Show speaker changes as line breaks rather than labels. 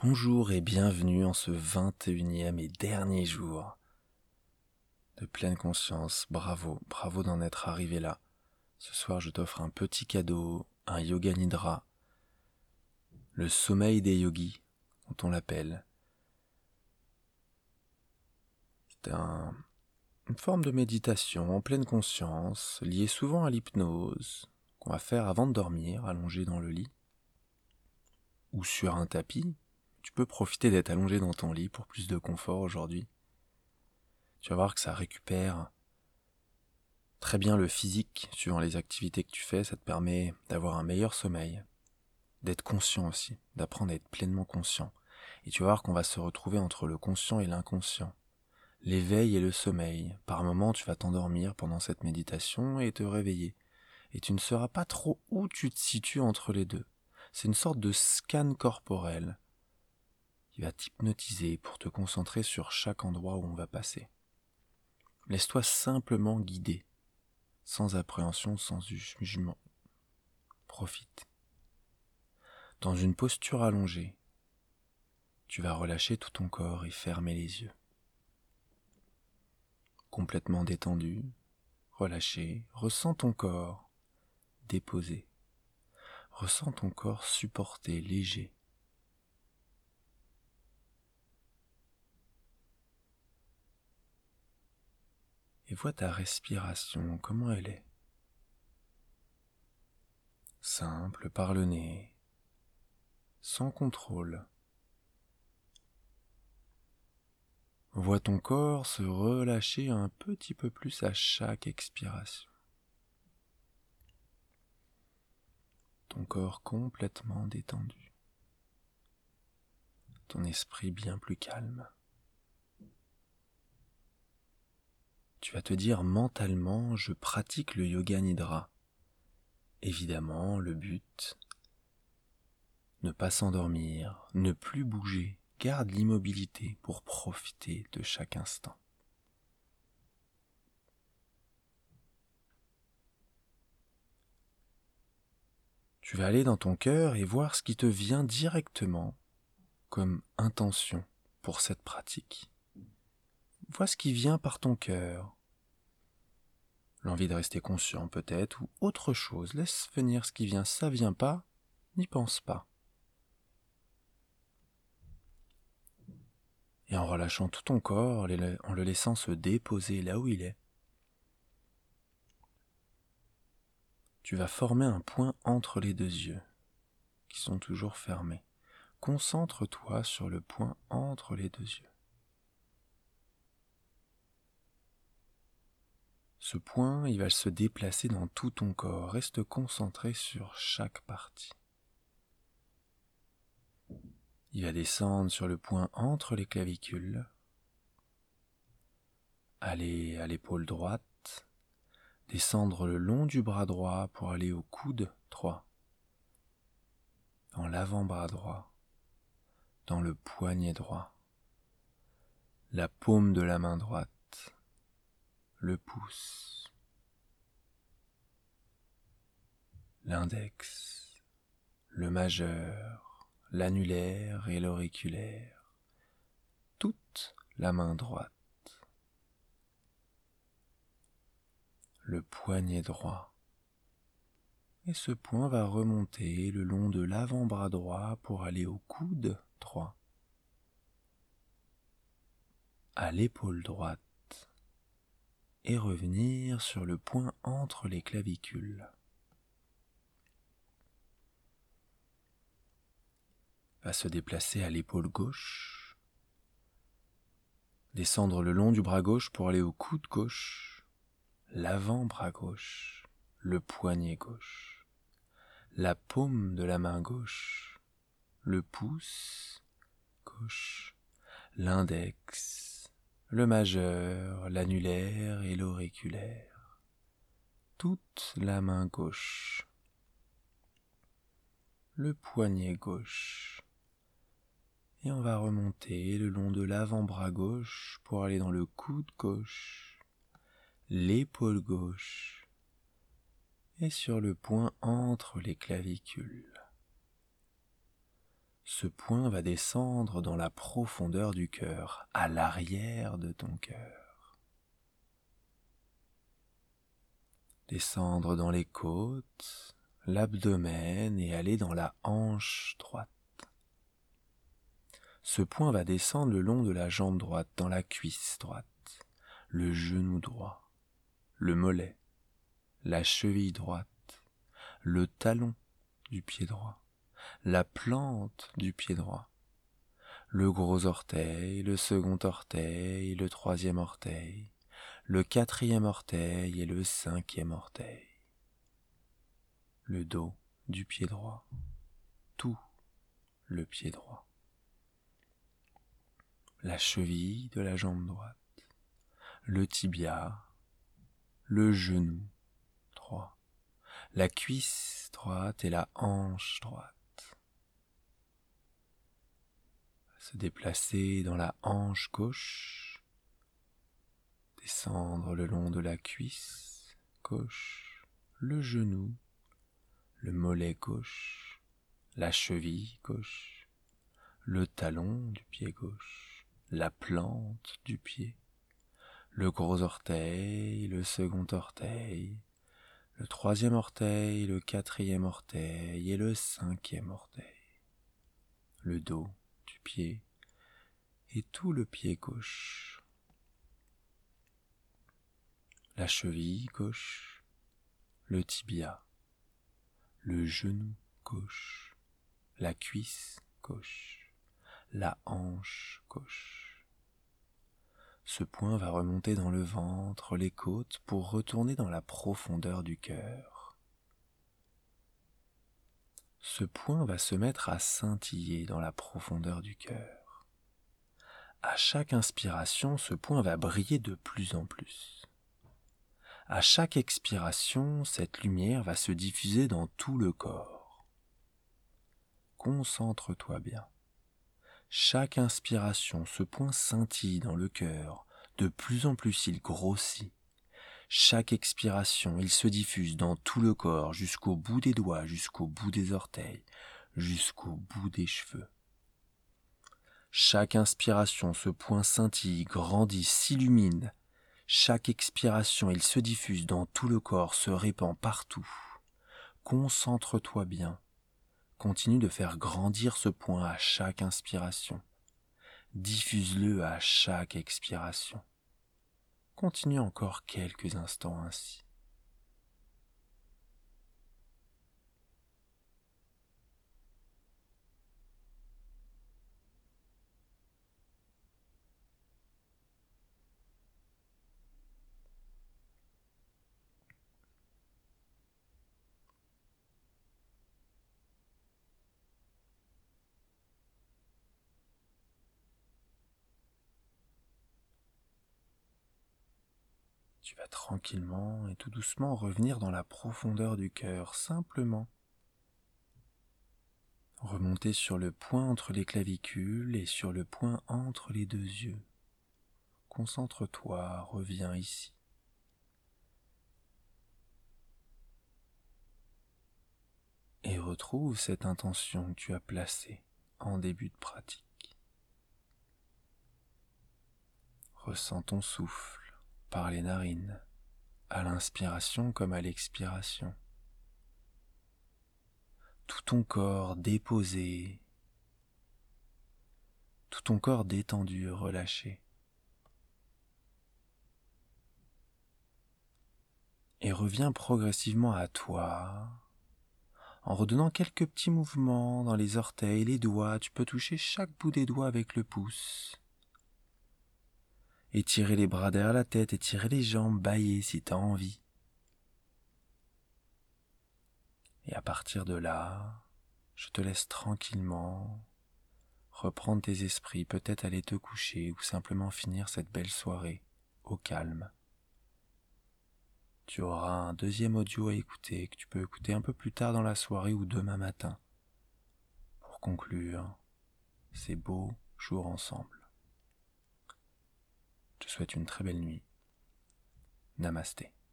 Bonjour et bienvenue en ce 21e et dernier jour de pleine conscience. Bravo d'en être arrivé là. Ce soir, je t'offre un petit cadeau, un Yoga Nidra, le sommeil des yogis, dont on l'appelle. C'est une forme de méditation en pleine conscience, liée souvent à l'hypnose, qu'on va faire avant de dormir, allongé dans le lit, ou sur un tapis. Tu peux profiter d'être allongé dans ton lit pour plus de confort aujourd'hui. Tu vas voir que ça récupère très bien le physique, suivant les activités que tu fais, ça te permet d'avoir un meilleur sommeil, d'être conscient aussi, d'apprendre à être pleinement conscient. Et tu vas voir qu'on va se retrouver entre le conscient et l'inconscient, l'éveil et le sommeil. Par moments, tu vas t'endormir pendant cette méditation et te réveiller. Et tu ne sauras pas trop où tu te situes entre les deux. C'est une sorte de scan corporel qui va t'hypnotiser pour te concentrer sur chaque endroit où on va passer. Laisse-toi simplement guider, sans appréhension, sans jugement. Profite. Dans une posture allongée, tu vas relâcher tout ton corps et fermer les yeux. Complètement détendu, relâché, ressens ton corps déposé. Ressens ton corps supporté, léger. Et vois ta respiration, comment elle est. Simple, par le nez, sans contrôle. Vois ton corps se relâcher un petit peu plus à chaque expiration. Ton corps complètement détendu. Ton esprit bien plus calme. Tu vas te dire mentalement, je pratique le yoga nidra. Évidemment, le but, ne pas s'endormir, ne plus bouger, garde l'immobilité pour profiter de chaque instant. Tu vas aller dans ton cœur et voir ce qui te vient directement comme intention pour cette pratique. Vois ce qui vient par ton cœur. L'envie de rester conscient peut-être, ou autre chose. Laisse venir ce qui vient. Ça vient pas, n'y pense pas. Et en relâchant tout ton corps, en le laissant se déposer là où il est, tu vas former un point entre les deux yeux, qui sont toujours fermés. Concentre-toi sur le point entre les deux yeux. Ce point, il va se déplacer dans tout ton corps. Reste concentré sur chaque partie. Il va descendre sur le point entre les clavicules, aller à l'épaule droite, descendre le long du bras droit pour aller au coude 3, dans l'avant-bras droit, dans le poignet droit, la paume de la main droite, le pouce, l'index, le majeur, l'annulaire et l'auriculaire, toute la main droite, le poignet droit. Et ce point va remonter le long de l'avant-bras droit pour aller au coude 3, à l'épaule droite, et revenir sur le point entre les clavicules. Va se déplacer à l'épaule gauche, descendre le long du bras gauche pour aller au coude gauche, l'avant-bras gauche, le poignet gauche, la paume de la main gauche, le pouce gauche, l'index, le majeur, l'annulaire et l'auriculaire, toute la main gauche, le poignet gauche. Et on va remonter le long de l'avant-bras gauche pour aller dans le coude gauche, l'épaule gauche et sur le point entre les clavicules. Ce point va descendre dans la profondeur du cœur, à l'arrière de ton cœur. Descendre dans les côtes, l'abdomen et aller dans la hanche droite. Ce point va descendre le long de la jambe droite, dans la cuisse droite, le genou droit, le mollet, la cheville droite, le talon du pied droit, la plante du pied droit, le gros orteil, le second orteil, le troisième orteil, le quatrième orteil et le cinquième orteil, le dos du pied droit, tout le pied droit, la cheville de la jambe droite, le tibia, le genou droit, la cuisse droite et la hanche droite. Se déplacer dans la hanche gauche, descendre le long de la cuisse gauche, le genou, le mollet gauche, la cheville gauche, le talon du pied gauche, la plante du pied, le gros orteil, le second orteil, le troisième orteil, le quatrième orteil et le cinquième orteil, le dos du pied et tout le pied gauche, la cheville gauche, le tibia, le genou gauche, la cuisse gauche, la hanche gauche. Ce point va remonter dans le ventre, les côtes, pour retourner dans la profondeur du cœur. Ce point va se mettre à scintiller dans la profondeur du cœur. À chaque inspiration, ce point va briller de plus en plus. À chaque expiration, cette lumière va se diffuser dans tout le corps. Concentre-toi bien. Chaque inspiration, ce point scintille dans le cœur, de plus en plus il grossit. Chaque expiration, il se diffuse dans tout le corps, jusqu'au bout des doigts, jusqu'au bout des orteils, jusqu'au bout des cheveux. Chaque inspiration, ce point scintille, grandit, s'illumine. Chaque expiration, il se diffuse dans tout le corps, se répand partout. Concentre-toi bien. Continue de faire grandir ce point à chaque inspiration. Diffuse-le à chaque expiration. Continue encore quelques instants ainsi. Tu vas tranquillement et tout doucement revenir dans la profondeur du cœur, simplement. Remonter sur le point entre les clavicules et sur le point entre les deux yeux. Concentre-toi, reviens ici. Et retrouve cette intention que tu as placée en début de pratique. Ressens ton souffle par les narines, à l'inspiration comme à l'expiration. Tout ton corps déposé, tout ton corps détendu, relâché. Et reviens progressivement à toi, en redonnant quelques petits mouvements dans les orteils, les doigts. Tu peux toucher chaque bout des doigts avec le pouce. Étirer les bras derrière la tête, étirer les jambes, bâiller si tu as envie. Et à partir de là, je te laisse tranquillement reprendre tes esprits, peut-être aller te coucher ou simplement finir cette belle soirée au calme. Tu auras un deuxième audio à écouter que tu peux écouter un peu plus tard dans la soirée ou demain matin pour conclure ces beaux jours ensemble. Je te souhaite une très belle nuit. Namasté.